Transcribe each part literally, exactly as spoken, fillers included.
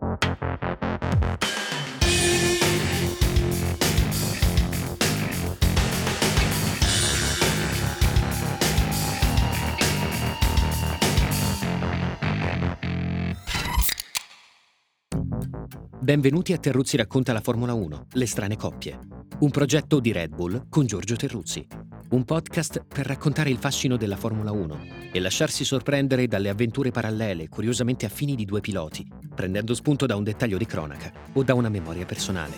Benvenuti a Terruzzi racconta la Formula uno, le strane coppie. Un progetto di Red Bull con Giorgio Terruzzi. Un podcast per raccontare il fascino della Formula uno e lasciarsi sorprendere dalle avventure parallele curiosamente affini di due piloti, prendendo spunto da un dettaglio di cronaca o da una memoria personale.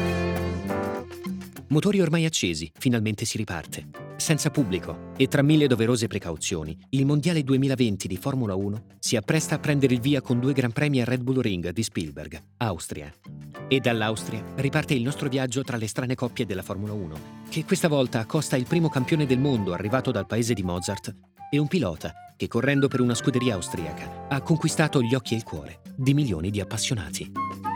Motori ormai accesi, finalmente si riparte. Senza pubblico e tra mille doverose precauzioni, il Mondiale duemilaventi di Formula uno si appresta a prendere il via con due Gran Premi a Red Bull Ring di Spielberg, Austria. E dall'Austria riparte il nostro viaggio tra le strane coppie della Formula uno, che questa volta accosta il primo campione del mondo arrivato dal paese di Mozart e un pilota che, correndo per una scuderia austriaca, ha conquistato gli occhi e il cuore di milioni di appassionati.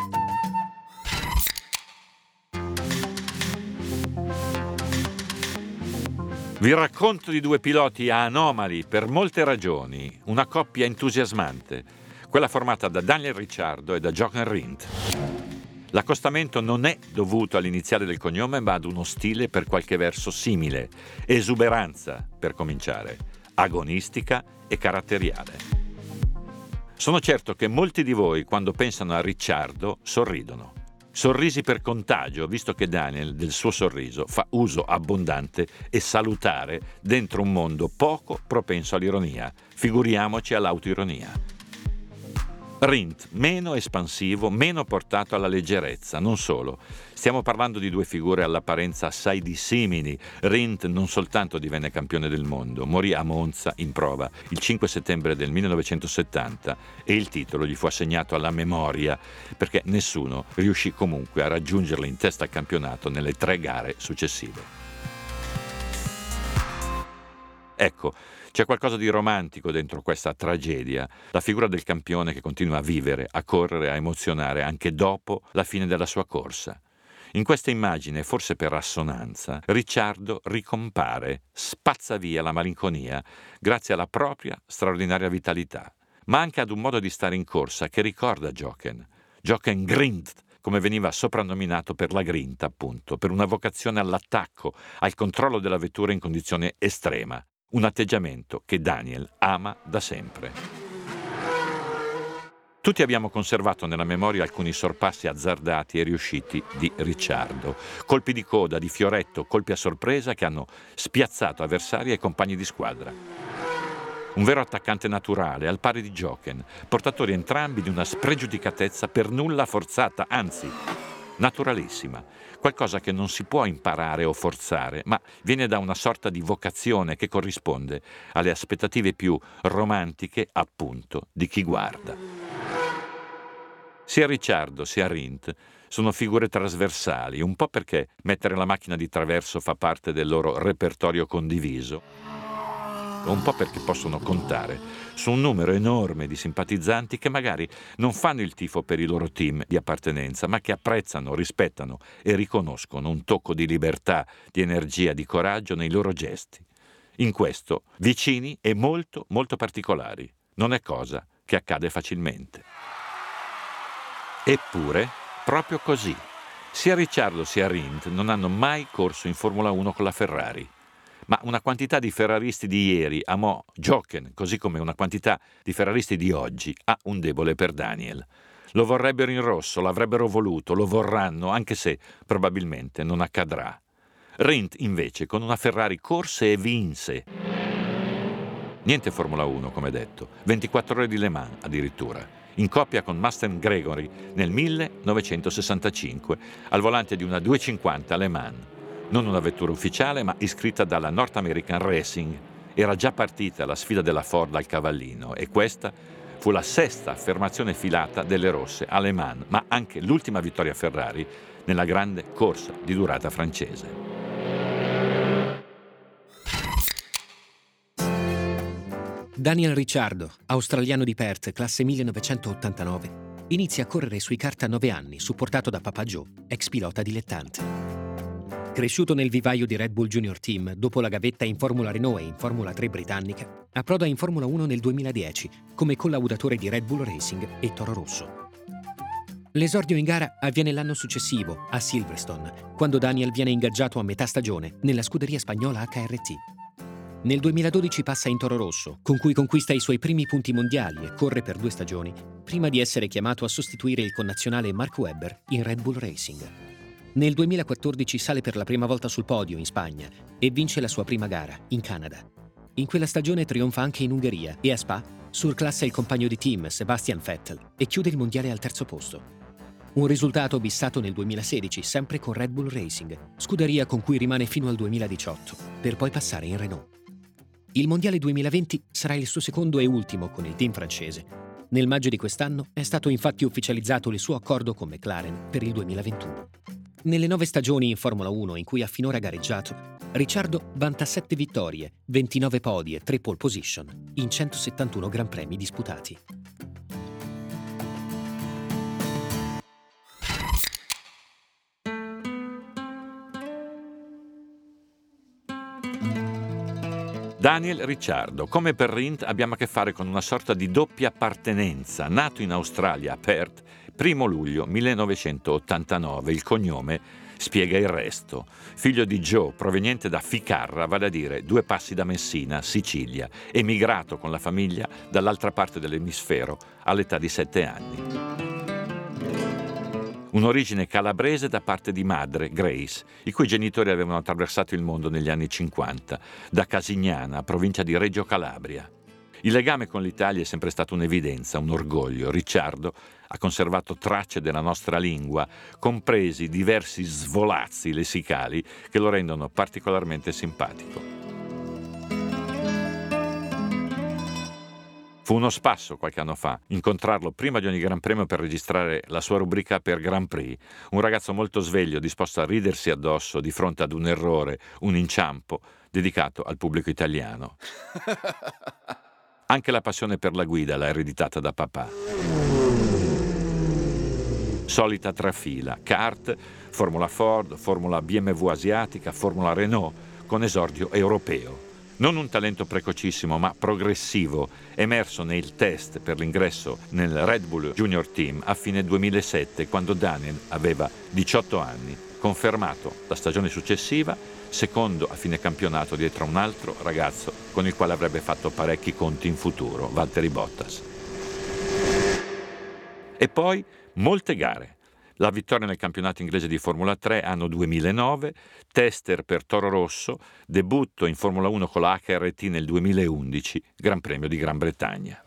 Vi racconto di due piloti anomali per molte ragioni, una coppia entusiasmante, quella formata da Daniel Ricciardo e da Jochen Rindt. L'accostamento non è dovuto all'iniziale del cognome, ma ad uno stile per qualche verso simile, esuberanza per cominciare, agonistica e caratteriale. Sono certo che molti di voi, quando pensano a Ricciardo, sorridono. Sorrisi per contagio, visto che Daniel del suo sorriso fa uso abbondante e salutare dentro un mondo poco propenso all'ironia, figuriamoci all'autoironia. Rindt, meno espansivo, meno portato alla leggerezza, non solo. Stiamo parlando di due figure all'apparenza assai dissimili. Rindt non soltanto divenne campione del mondo, morì a Monza in prova il cinque settembre del millenovecentosettanta e il titolo gli fu assegnato alla memoria perché nessuno riuscì comunque a raggiungerlo in testa al campionato nelle tre gare successive. Ecco, c'è qualcosa di romantico dentro questa tragedia, la figura del campione che continua a vivere, a correre, a emozionare anche dopo la fine della sua corsa. In questa immagine, forse per assonanza, Ricciardo ricompare, spazza via la malinconia grazie alla propria straordinaria vitalità, ma anche ad un modo di stare in corsa che ricorda Jochen. Jochen Rindt, come veniva soprannominato per la grinta, appunto, per una vocazione all'attacco, al controllo della vettura in condizione estrema. Un atteggiamento che Daniel ama da sempre. Tutti abbiamo conservato nella memoria alcuni sorpassi azzardati e riusciti di Ricciardo. Colpi di coda, di fioretto, colpi a sorpresa che hanno spiazzato avversari e compagni di squadra. Un vero attaccante naturale, al pari di Jochen, portatori entrambi di una spregiudicatezza per nulla forzata, anzi, naturalissima. Qualcosa che non si può imparare o forzare, ma viene da una sorta di vocazione che corrisponde alle aspettative più romantiche, appunto, di chi guarda. Sia Ricciardo sia Rindt sono figure trasversali, un po' perché mettere la macchina di traverso fa parte del loro repertorio condiviso, un po' perché possono contare su un numero enorme di simpatizzanti che magari non fanno il tifo per i loro team di appartenenza, ma che apprezzano, rispettano e riconoscono un tocco di libertà, di energia, di coraggio nei loro gesti. In questo, vicini e molto, molto particolari. Non è cosa che accade facilmente. Eppure, proprio così, sia Ricciardo sia Rindt non hanno mai corso in Formula uno con la Ferrari. Ma una quantità di ferraristi di ieri amò Jochen, così come una quantità di ferraristi di oggi ha un debole per Daniel. Lo vorrebbero in rosso, l'avrebbero voluto, lo vorranno, anche se probabilmente non accadrà. Rindt, invece, con una Ferrari corse e vinse. Niente Formula uno, come detto, ventiquattro ore di Le Mans addirittura, in coppia con Mustang Gregory nel millenovecentosessantacinque, al volante di una duecentocinquanta Le Mans. Non una vettura ufficiale, ma iscritta dalla North American Racing. Era già partita la sfida della Ford al Cavallino e questa fu la sesta affermazione filata delle rosse a Le Mans, ma anche l'ultima vittoria Ferrari nella grande corsa di durata francese. Daniel Ricciardo, australiano di Perth, classe millenovecentottantanove, inizia a correre sui kart a nove anni, supportato da papà Joe, ex pilota dilettante. Cresciuto nel vivaio di Red Bull Junior Team, dopo la gavetta in Formula Renault e in Formula tre britannica, approda in Formula uno nel duemiladieci come collaudatore di Red Bull Racing e Toro Rosso. L'esordio in gara avviene l'anno successivo, a Silverstone, quando Daniel viene ingaggiato a metà stagione nella scuderia spagnola H R T. Nel duemiladodici passa in Toro Rosso, con cui conquista i suoi primi punti mondiali e corre per due stagioni, prima di essere chiamato a sostituire il connazionale Mark Webber in Red Bull Racing. Nel duemilaquattordici sale per la prima volta sul podio in Spagna e vince la sua prima gara, in Canada. In quella stagione trionfa anche in Ungheria e a Spa surclassa il compagno di team Sebastian Vettel e chiude il mondiale al terzo posto. Un risultato bissato nel duemilasedici, sempre con Red Bull Racing, scuderia con cui rimane fino al duemiladiciotto, per poi passare in Renault. Il mondiale duemilaventi sarà il suo secondo e ultimo con il team francese. Nel maggio di quest'anno è stato infatti ufficializzato il suo accordo con McLaren per il duemilaventuno. Nelle nove stagioni in Formula uno in cui ha finora gareggiato, Ricciardo vanta sette vittorie, ventinove podi e tre pole position in centosettantuno Gran Premi disputati. Daniel Ricciardo. Come per Rindt abbiamo a che fare con una sorta di doppia appartenenza. Nato in Australia, a Perth, primo luglio millenovecentottantanove, il cognome spiega il resto. Figlio di Joe, proveniente da Ficarra, vale a dire due passi da Messina, Sicilia, emigrato con la famiglia dall'altra parte dell'emisfero all'età di sette anni. Un'origine calabrese da parte di madre, Grace, i cui genitori avevano attraversato il mondo negli anni cinquanta, da Casignana, provincia di Reggio Calabria. Il legame con l'Italia è sempre stato un'evidenza, un orgoglio. Ricciardo ha conservato tracce della nostra lingua, compresi diversi svolazzi lessicali che lo rendono particolarmente simpatico. Fu uno spasso qualche anno fa incontrarlo prima di ogni Gran Premio per registrare la sua rubrica per Grand Prix. Un ragazzo molto sveglio, disposto a ridersi addosso di fronte ad un errore, un inciampo, dedicato al pubblico italiano. Anche la passione per la guida l'ha ereditata da papà. Solita trafila, kart, Formula Ford, Formula B M W asiatica, Formula Renault, con esordio europeo. Non un talento precocissimo, ma progressivo, emerso nel test per l'ingresso nel Red Bull Junior Team a fine duemilasette, quando Daniel aveva diciotto anni, confermato la stagione successiva, secondo a fine campionato dietro a un altro ragazzo con il quale avrebbe fatto parecchi conti in futuro, Valtteri Bottas. E poi molte gare. La vittoria nel campionato inglese di Formula tre anno duemilanove, tester per Toro Rosso, debutto in Formula uno con la H R T nel duemilaundici, Gran Premio di Gran Bretagna.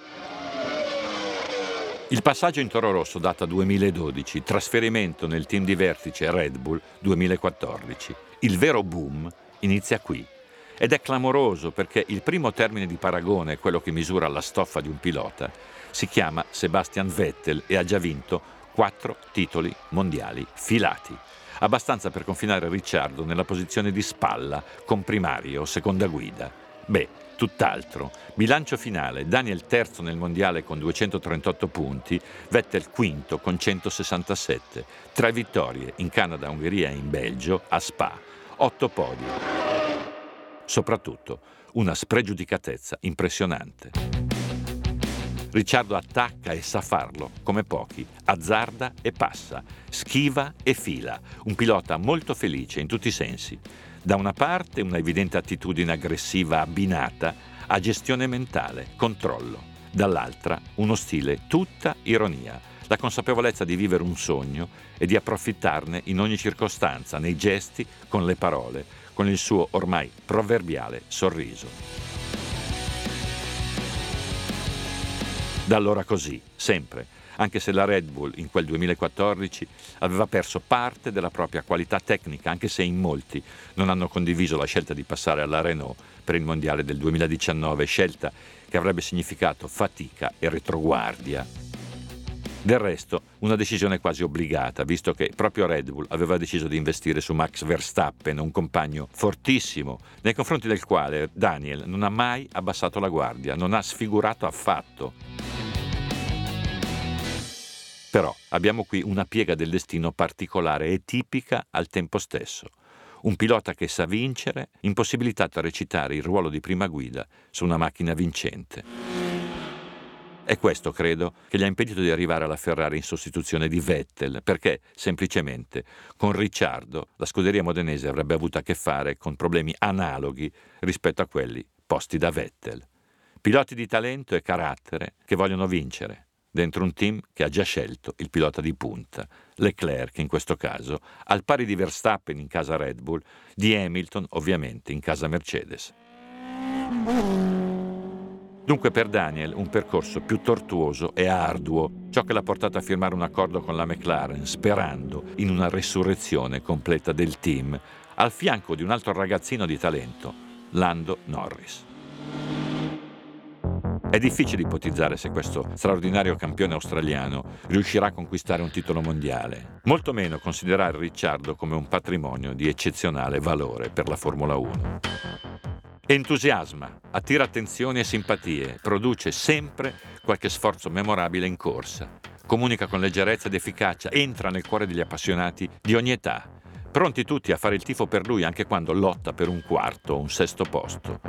Il passaggio in Toro Rosso data duemiladodici, trasferimento nel team di vertice Red Bull duemilaquattordici. Il vero boom inizia qui. Ed è clamoroso perché il primo termine di paragone, quello che misura la stoffa di un pilota, si chiama Sebastian Vettel e ha già vinto quattro titoli mondiali filati, abbastanza per confinare Ricciardo nella posizione di spalla, comprimario o seconda guida. Beh, tutt'altro. Bilancio finale: Daniel terzo nel mondiale con duecentotrentotto punti, Vettel quinto con centosessantasette, tre vittorie in Canada, Ungheria e in Belgio, a Spa, otto podi. Soprattutto una spregiudicatezza impressionante. Ricciardo attacca e sa farlo, come pochi, azzarda e passa, schiva e fila, un pilota molto felice in tutti i sensi. Da una parte una evidente attitudine aggressiva abbinata a gestione mentale, controllo, dall'altra uno stile tutta ironia, la consapevolezza di vivere un sogno e di approfittarne in ogni circostanza, nei gesti, con le parole, con il suo ormai proverbiale sorriso. Da allora così, sempre, anche se la Red Bull in quel duemilaquattordici aveva perso parte della propria qualità tecnica, anche se in molti non hanno condiviso la scelta di passare alla Renault per il Mondiale del duemiladiciannove, scelta che avrebbe significato fatica e retroguardia. Del resto, una decisione quasi obbligata, visto che proprio Red Bull aveva deciso di investire su Max Verstappen, un compagno fortissimo, nei confronti del quale Daniel non ha mai abbassato la guardia, non ha sfigurato affatto. Però abbiamo qui una piega del destino particolare e tipica al tempo stesso. Un pilota che sa vincere, impossibilitato a recitare il ruolo di prima guida su una macchina vincente. È questo, credo, che gli ha impedito di arrivare alla Ferrari in sostituzione di Vettel, perché semplicemente con Ricciardo la scuderia modenese avrebbe avuto a che fare con problemi analoghi rispetto a quelli posti da Vettel. Piloti di talento e carattere che vogliono vincere, dentro un team che ha già scelto il pilota di punta, Leclerc in questo caso, al pari di Verstappen in casa Red Bull, di Hamilton ovviamente in casa Mercedes. Dunque per Daniel un percorso più tortuoso e arduo, ciò che l'ha portato a firmare un accordo con la McLaren, sperando in una resurrezione completa del team, al fianco di un altro ragazzino di talento, Lando Norris. È difficile ipotizzare se questo straordinario campione australiano riuscirà a conquistare un titolo mondiale, molto meno considerare Ricciardo come un patrimonio di eccezionale valore per la Formula uno. Entusiasma, attira attenzioni e simpatie, produce sempre qualche sforzo memorabile in corsa, comunica con leggerezza ed efficacia, entra nel cuore degli appassionati di ogni età, pronti tutti a fare il tifo per lui anche quando lotta per un quarto o un sesto posto.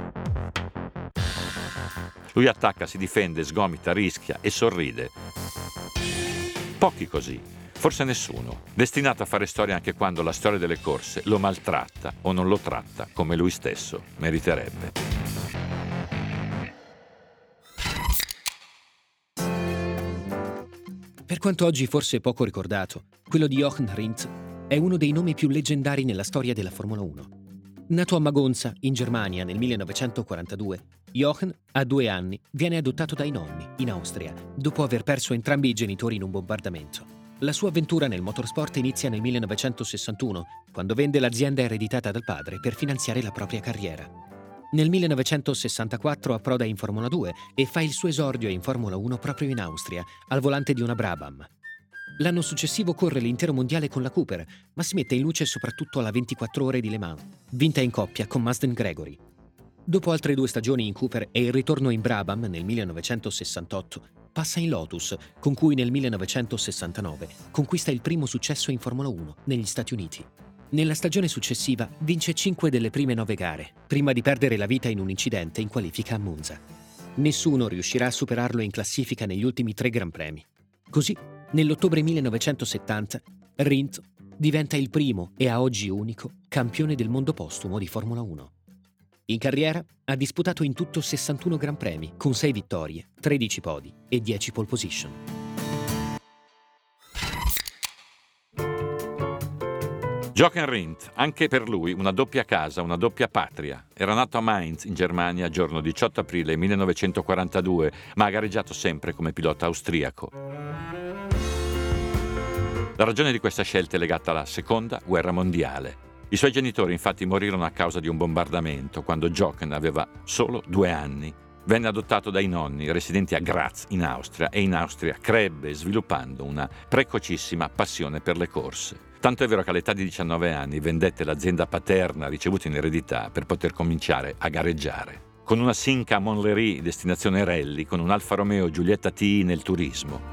Lui attacca, si difende, sgomita, rischia e sorride. Pochi così. Forse nessuno, destinato a fare storia anche quando la storia delle corse lo maltratta o non lo tratta come lui stesso meriterebbe. Per quanto oggi forse poco ricordato, quello di Jochen Rindt è uno dei nomi più leggendari nella storia della Formula uno. Nato a Magonza, in Germania, nel millenovecentoquarantadue, Jochen, a due anni, viene adottato dai nonni, in Austria, dopo aver perso entrambi i genitori in un bombardamento. La sua avventura nel motorsport inizia nel millenovecentosessantuno, quando vende l'azienda ereditata dal padre per finanziare la propria carriera. Nel millenovecentosessantaquattro approda in Formula due e fa il suo esordio in Formula uno proprio in Austria, al volante di una Brabham. L'anno successivo corre l'intero mondiale con la Cooper, ma si mette in luce soprattutto alla ventiquattro ore di Le Mans, vinta in coppia con Mazden Gregory. Dopo altre due stagioni in Cooper e il ritorno in Brabham nel millenovecentosessantotto, passa in Lotus, con cui nel millenovecentosessantanove conquista il primo successo in Formula uno negli Stati Uniti. Nella stagione successiva vince cinque delle prime nove gare, prima di perdere la vita in un incidente in qualifica a Monza. Nessuno riuscirà a superarlo in classifica negli ultimi tre Gran Premi. Così, nell'ottobre millenovecentosettanta, Rindt diventa il primo e a oggi unico campione del mondo postumo di Formula uno. In carriera ha disputato in tutto sessantuno Gran Premi, con sei vittorie, tredici podi e dieci pole position. Jochen Rindt, anche per lui una doppia casa, una doppia patria. Era nato a Mainz, in Germania, giorno diciotto aprile millenovecentoquarantadue, ma ha gareggiato sempre come pilota austriaco. La ragione di questa scelta è legata alla Seconda Guerra Mondiale. I suoi genitori infatti morirono a causa di un bombardamento quando Jochen aveva solo due anni. Venne adottato dai nonni residenti a Graz in Austria e in Austria crebbe sviluppando una precocissima passione per le corse. Tanto è vero che all'età di diciannove anni vendette l'azienda paterna ricevuta in eredità per poter cominciare a gareggiare. Con una Simca a Montlhéry destinazione rally, con un Alfa Romeo Giulietta T I nel turismo.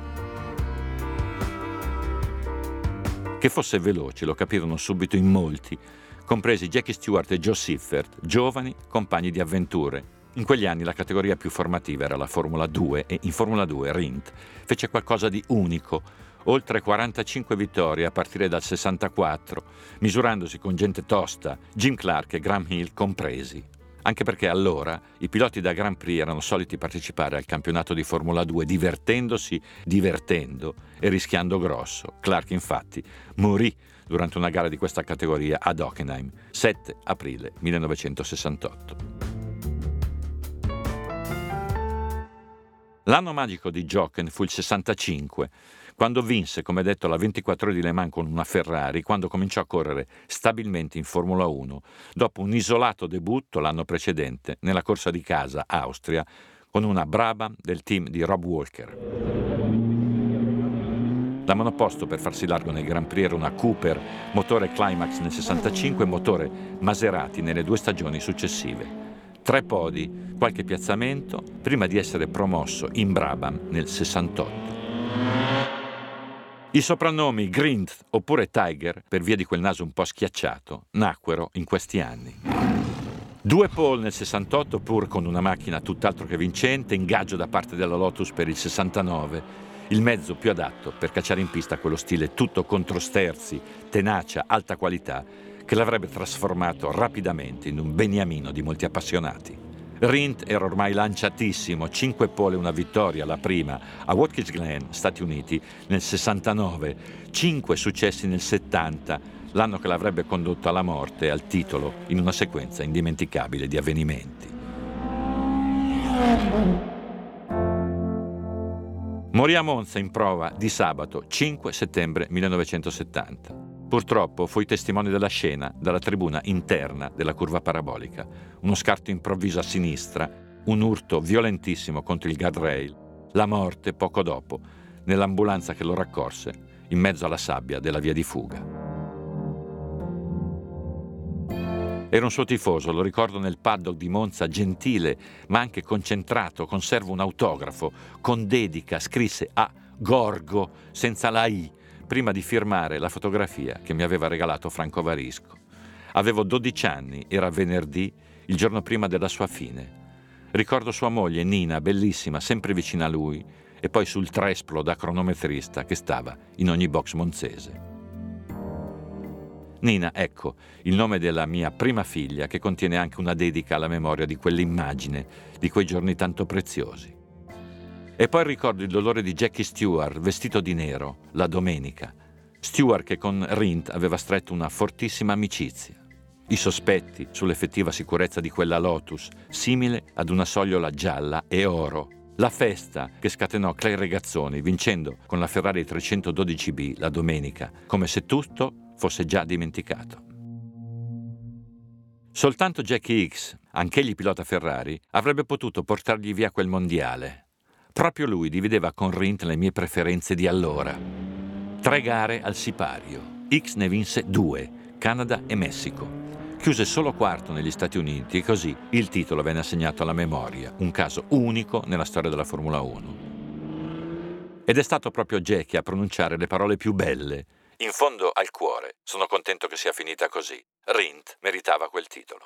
Che fosse veloce lo capirono subito in molti, compresi Jackie Stewart e Joe Siffert, giovani compagni di avventure. In quegli anni la categoria più formativa era la Formula due e in Formula due Rindt fece qualcosa di unico, oltre quarantacinque vittorie a partire dal sessantaquattro, misurandosi con gente tosta, Jim Clark e Graham Hill compresi. Anche perché allora i piloti da Grand Prix erano soliti partecipare al campionato di Formula due divertendosi, divertendo e rischiando grosso. Clark infatti morì durante una gara di questa categoria ad Hockenheim, sette aprile millenovecentosessantotto. L'anno magico di Jochen fu il sessantacinque, quando vinse, come detto, la ventiquattro ore di Le Mans con una Ferrari, quando cominciò a correre stabilmente in Formula uno, dopo un isolato debutto l'anno precedente nella corsa di casa Austria con una Brabham del team di Rob Walker. La monoposto per farsi largo nel Grand Prix era una Cooper, motore Climax nel sessantacinque e motore Maserati nelle due stagioni successive. Tre podi, qualche piazzamento, prima di essere promosso in Brabham nel sessantotto. I soprannomi Grint oppure Tiger, per via di quel naso un po' schiacciato, nacquero in questi anni. Due pole nel sessantotto, pur con una macchina tutt'altro che vincente, ingaggio da parte della Lotus per il sessantanove, il mezzo più adatto per cacciare in pista quello stile tutto contro sterzi, tenacia, alta qualità, che l'avrebbe trasformato rapidamente in un beniamino di molti appassionati. Rindt era ormai lanciatissimo, cinque pole e una vittoria, la prima a Watkins Glen, Stati Uniti, nel sessantanove, cinque successi nel settanta, l'anno che l'avrebbe condotto alla morte e al titolo in una sequenza indimenticabile di avvenimenti. Morì a Monza in prova di sabato cinque settembre millenovecentosettanta. Purtroppo fui testimone della scena dalla tribuna interna della curva parabolica. Uno scarto improvviso a sinistra, un urto violentissimo contro il guardrail, la morte poco dopo, nell'ambulanza che lo raccolse, in mezzo alla sabbia della via di fuga. Era un suo tifoso, lo ricordo nel paddock di Monza, gentile ma anche concentrato. Conservo un autografo con dedica, scrisse a Gorgo senza la I, prima di firmare la fotografia che mi aveva regalato Franco Varisco. Avevo dodici anni, era venerdì, il giorno prima della sua fine. Ricordo sua moglie, Nina, bellissima, sempre vicina a lui, e poi sul tresplo da cronometrista che stava in ogni box monzese. Nina, ecco, il nome della mia prima figlia, che contiene anche una dedica alla memoria di quell'immagine, di quei giorni tanto preziosi. E poi ricordo il dolore di Jackie Stewart, vestito di nero, la domenica. Stewart che con Rindt aveva stretto una fortissima amicizia. I sospetti sull'effettiva sicurezza di quella Lotus, simile ad una sogliola gialla e oro. La festa che scatenò Clay Regazzoni, vincendo con la Ferrari trecentododici B la domenica, come se tutto fosse già dimenticato. Soltanto Jackie Hicks, anch'egli pilota Ferrari, avrebbe potuto portargli via quel mondiale. Proprio lui divideva con Rindt le mie preferenze di allora. Tre gare al sipario. Hicks ne vinse due, Canada e Messico. Chiuse solo quarto negli Stati Uniti e così il titolo venne assegnato alla memoria, un caso unico nella storia della Formula uno. Ed è stato proprio Jackie a pronunciare le parole più belle. In fondo al cuore, sono contento che sia finita così. Rindt meritava quel titolo.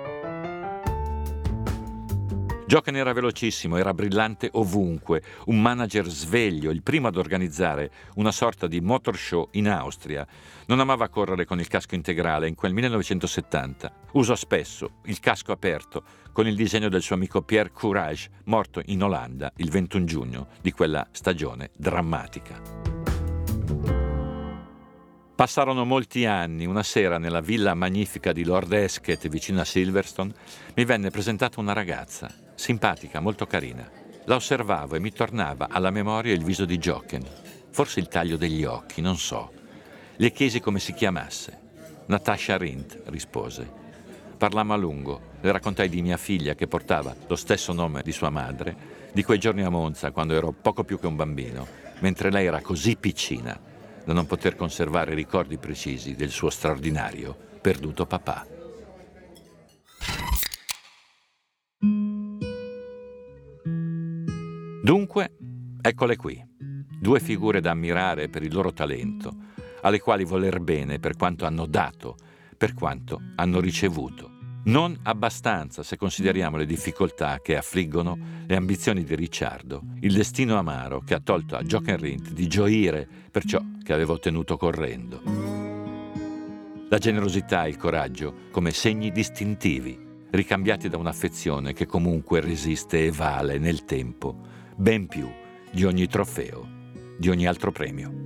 Jochen era velocissimo, era brillante ovunque, un manager sveglio, il primo ad organizzare una sorta di motor show in Austria. Non amava correre con il casco integrale. In quel millenovecentosettanta usò spesso il casco aperto con il disegno del suo amico Pierre Courage, morto in Olanda il ventuno giugno di quella stagione drammatica. Passarono molti anni. Una sera nella villa magnifica di Lord Esket vicino a Silverstone mi venne presentata una ragazza, simpatica, molto carina. La osservavo e mi tornava alla memoria il viso di Jochen, forse il taglio degli occhi, non so. Le chiesi come si chiamasse. Natasha Rindt, rispose. Parlammo a lungo, le raccontai di mia figlia che portava lo stesso nome di sua madre, di quei giorni a Monza quando ero poco più che un bambino, mentre lei era così piccina da non poter conservare ricordi precisi del suo straordinario, perduto papà. Dunque, eccole qui, due figure da ammirare per il loro talento, alle quali voler bene per quanto hanno dato, per quanto hanno ricevuto. Non abbastanza se consideriamo le difficoltà che affliggono le ambizioni di Ricciardo, il destino amaro che ha tolto a Jochen Rindt di gioire per ciò che aveva ottenuto correndo. La generosità e il coraggio come segni distintivi, ricambiati da un'affezione che comunque resiste e vale nel tempo, ben più di ogni trofeo, di ogni altro premio.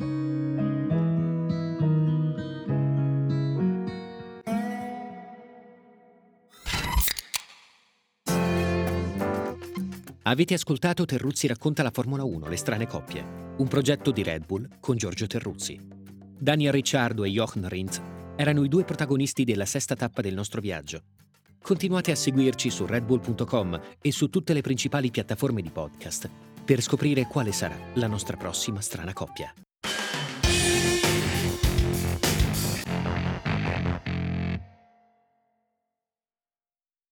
Avete ascoltato Terruzzi racconta la Formula uno, le strane coppie, un progetto di Red Bull con Giorgio Terruzzi. Daniel Ricciardo e Jochen Rindt erano i due protagonisti della sesta tappa del nostro viaggio. Continuate a seguirci su red bull punto com e su tutte le principali piattaforme di podcast per scoprire quale sarà la nostra prossima strana coppia.